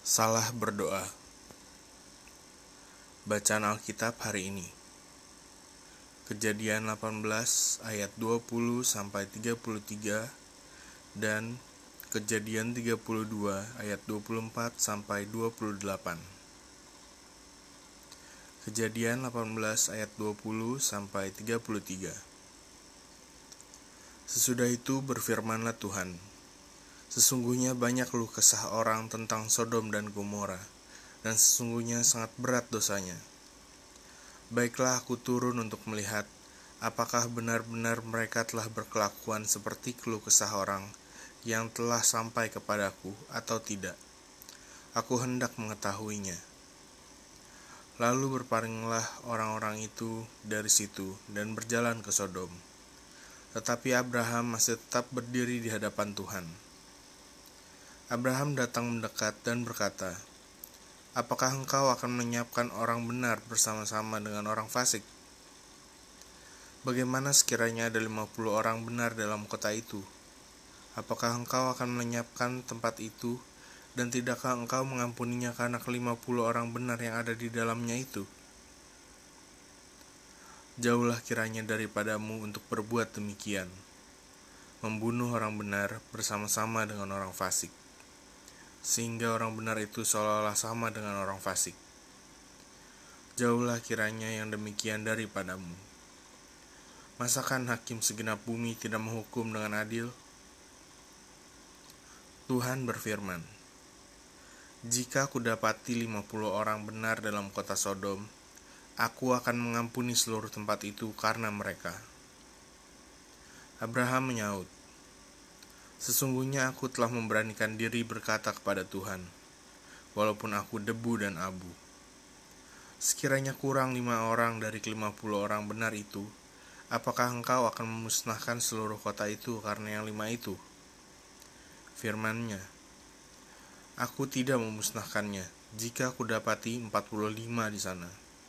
Salah berdoa. Bacaan Alkitab hari ini. Kejadian 18 ayat 20 sampai 33 dan Kejadian 32 ayat 24 sampai 28. Kejadian 18 ayat 20 sampai 33. Sesudah itu berfirmanlah Tuhan, sesungguhnya banyak keluh kesah orang tentang Sodom dan Gomora, dan sesungguhnya sangat berat dosanya. Baiklah aku turun untuk melihat, apakah benar-benar mereka telah berkelakuan seperti keluh kesah orang yang telah sampai kepadaku atau tidak. Aku hendak mengetahuinya. Lalu berpalinglah orang-orang itu dari situ dan berjalan ke Sodom. Tetapi Abraham masih tetap berdiri di hadapan Tuhan. Abraham datang mendekat dan berkata, apakah engkau akan menyiapkan orang benar bersama-sama dengan orang fasik? Bagaimana sekiranya ada 50 orang benar dalam kota itu? Apakah engkau akan menyiapkan tempat itu, dan tidakkah engkau mengampuninya karena ke-50 orang benar yang ada di dalamnya itu? Jauhlah kiranya daripadamu untuk berbuat demikian, membunuh orang benar bersama-sama dengan orang fasik, sehingga orang benar itu seolah-olah sama dengan orang fasik. Jauhlah kiranya yang demikian daripadamu. Masakan hakim segenap bumi tidak menghukum dengan adil? Tuhan berfirman, jika aku dapati 50 orang benar dalam kota Sodom, aku akan mengampuni seluruh tempat itu karena mereka. Abraham menyaut, sesungguhnya aku telah memberanikan diri berkata kepada Tuhan, walaupun aku debu dan abu. Sekiranya kurang 5 orang dari ke-50 orang benar itu, apakah engkau akan memusnahkan seluruh kota itu karena yang 5 itu? Firman-Nya, aku tidak memusnahkannya jika aku dapati 45 di sana.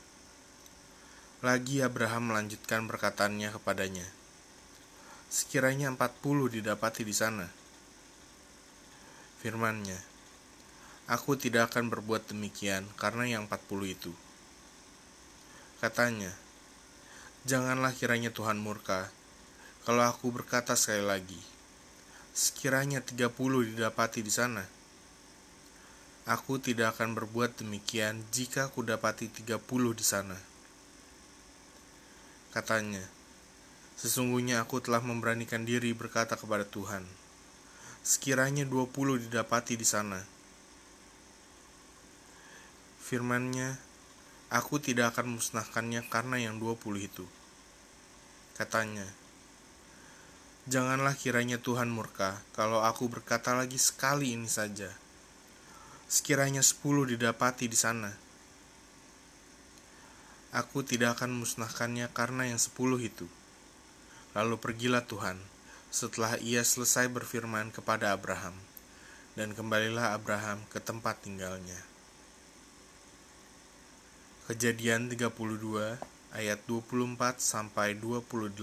Lagi Abraham melanjutkan perkataannya kepadanya, sekiranya 40 didapati di sana. Firman-Nya, aku tidak akan berbuat demikian karena yang 40 itu. Katanya, janganlah kiranya Tuhan murka kalau aku berkata sekali lagi, sekiranya 30 didapati di sana. Aku tidak akan berbuat demikian jika aku dapati 30 di sana. Katanya, sesungguhnya aku telah memberanikan diri berkata kepada Tuhan, sekiranya 20 didapati di sana. Firman-Nya, aku tidak akan memusnahkannya karena yang 20 itu. Katanya, janganlah kiranya Tuhan murka kalau aku berkata lagi sekali ini saja, sekiranya 10 didapati di sana. Aku tidak akan memusnahkannya karena yang 10 itu. Lalu pergilah Tuhan setelah ia selesai berfirman kepada Abraham, dan kembalilah Abraham ke tempat tinggalnya. Kejadian 32 ayat 24 sampai 28.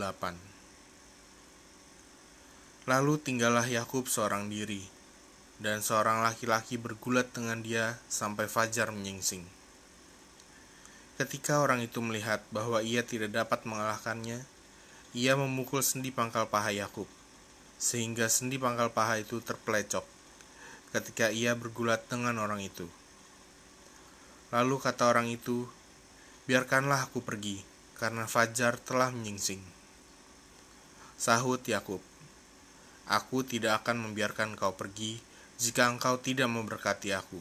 Lalu tinggallah Yakub seorang diri, dan seorang laki-laki bergulat dengan dia sampai fajar menyingsing. Ketika orang itu melihat bahwa ia tidak dapat mengalahkannya, ia memukul sendi pangkal paha Yakub, sehingga sendi pangkal paha itu terpelecok ketika ia bergulat dengan orang itu. Lalu kata orang itu, biarkanlah aku pergi, karena fajar telah menyingsing. Sahut Yakub, aku tidak akan membiarkan kau pergi jika engkau tidak memberkati aku.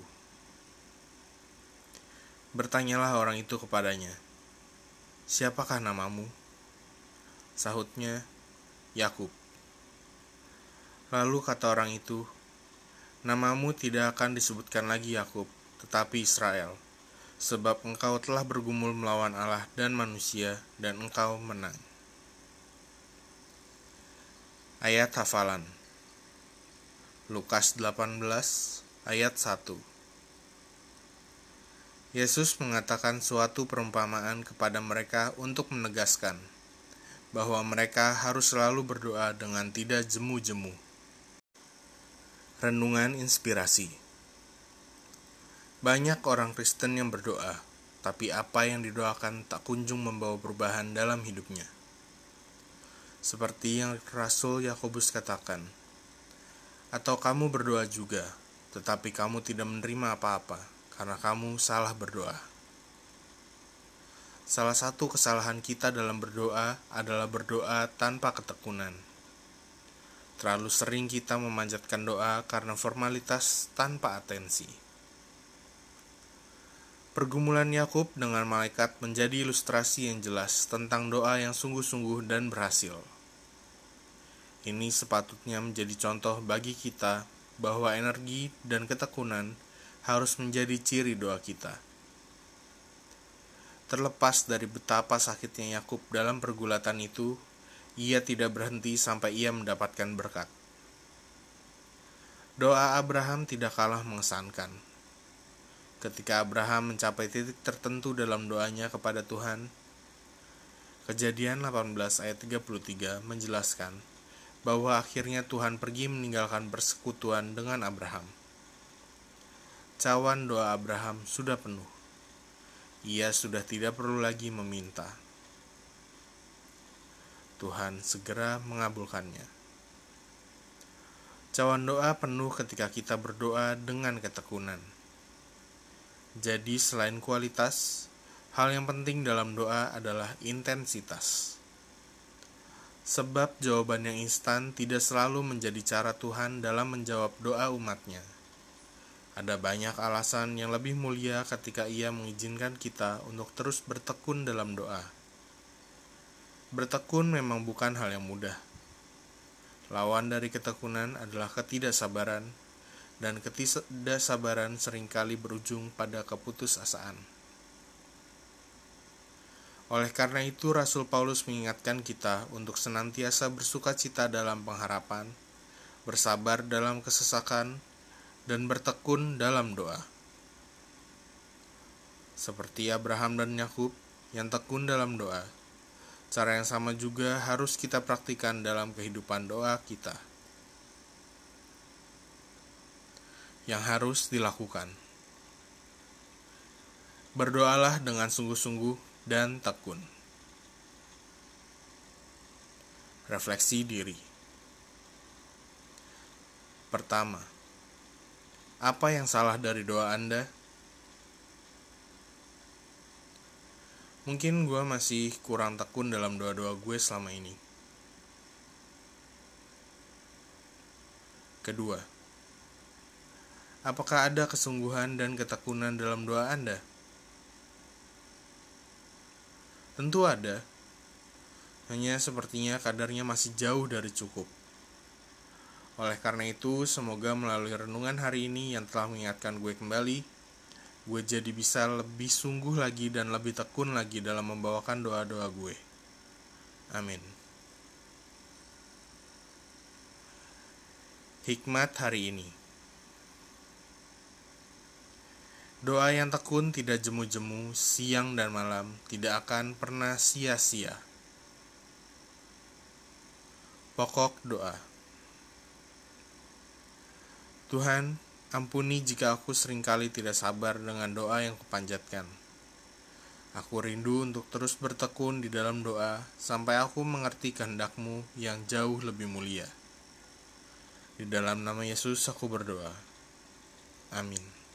Bertanyalah orang itu kepadanya, siapakah namamu? Sahutnya, Yakub. Lalu kata orang itu, namamu tidak akan disebutkan lagi Yakub, tetapi Israel, sebab engkau telah bergumul melawan Allah dan manusia, dan engkau menang. Ayat hafalan. Lukas 18 ayat 1. Yesus mengatakan suatu perumpamaan kepada mereka untuk menegaskan bahwa mereka harus selalu berdoa dengan tidak jemu-jemu. Renungan inspirasi. Banyak orang Kristen yang berdoa, tapi apa yang didoakan tak kunjung membawa perubahan dalam hidupnya. Seperti yang Rasul Yakobus katakan, atau kamu berdoa juga, tetapi kamu tidak menerima apa-apa, karena kamu salah berdoa. Salah satu kesalahan kita dalam berdoa adalah berdoa tanpa ketekunan. Terlalu sering kita memanjatkan doa karena formalitas tanpa atensi. Pergumulan Yakub dengan malaikat menjadi ilustrasi yang jelas tentang doa yang sungguh-sungguh dan berhasil. Ini sepatutnya menjadi contoh bagi kita bahwa energi dan ketekunan harus menjadi ciri doa kita. Terlepas dari betapa sakitnya Yakub dalam pergulatan itu, ia tidak berhenti sampai ia mendapatkan berkat. Doa Abraham tidak kalah mengesankan. Ketika Abraham mencapai titik tertentu dalam doanya kepada Tuhan, Kejadian 18 ayat 33 menjelaskan bahwa akhirnya Tuhan pergi meninggalkan persekutuan dengan Abraham. Cawan doa Abraham sudah penuh. Ia sudah tidak perlu lagi meminta. Tuhan segera mengabulkannya. Cawan doa penuh ketika kita berdoa dengan ketekunan. Jadi selain kualitas, hal yang penting dalam doa adalah intensitas. Sebab jawaban yang instan tidak selalu menjadi cara Tuhan dalam menjawab doa umatnya. Ada banyak alasan yang lebih mulia ketika ia mengizinkan kita untuk terus bertekun dalam doa. Bertekun memang bukan hal yang mudah. Lawan dari ketekunan adalah ketidaksabaran, dan ketidaksabaran seringkali berujung pada keputusasaan. Oleh karena itu, Rasul Paulus mengingatkan kita untuk senantiasa bersukacita dalam pengharapan, bersabar dalam kesesakan, dan bertekun dalam doa. Seperti Abraham dan Yakub yang tekun dalam doa, cara yang sama juga harus kita praktikkan dalam kehidupan doa kita. Yang harus dilakukan: berdoalah dengan sungguh-sungguh dan tekun. Refleksi diri. Pertama, apa yang salah dari doa Anda? Mungkin gue masih kurang tekun dalam doa-doa gue selama ini. Kedua, apakah ada kesungguhan dan ketekunan dalam doa Anda? Tentu ada, hanya sepertinya kadarnya masih jauh dari cukup. Oleh karena itu, semoga melalui renungan hari ini yang telah mengingatkan gue kembali, gue jadi bisa lebih sungguh lagi dan lebih tekun lagi dalam membawakan doa-doa gue. Amin. Hikmat hari ini. Doa yang tekun tidak jemu-jemu, siang dan malam, tidak akan pernah sia-sia. Pokok doa. Tuhan, ampuni jika aku seringkali tidak sabar dengan doa yang kupanjatkan. Aku rindu untuk terus bertekun di dalam doa, sampai aku mengerti kehendak-Mu yang jauh lebih mulia. Di dalam nama Yesus aku berdoa. Amin.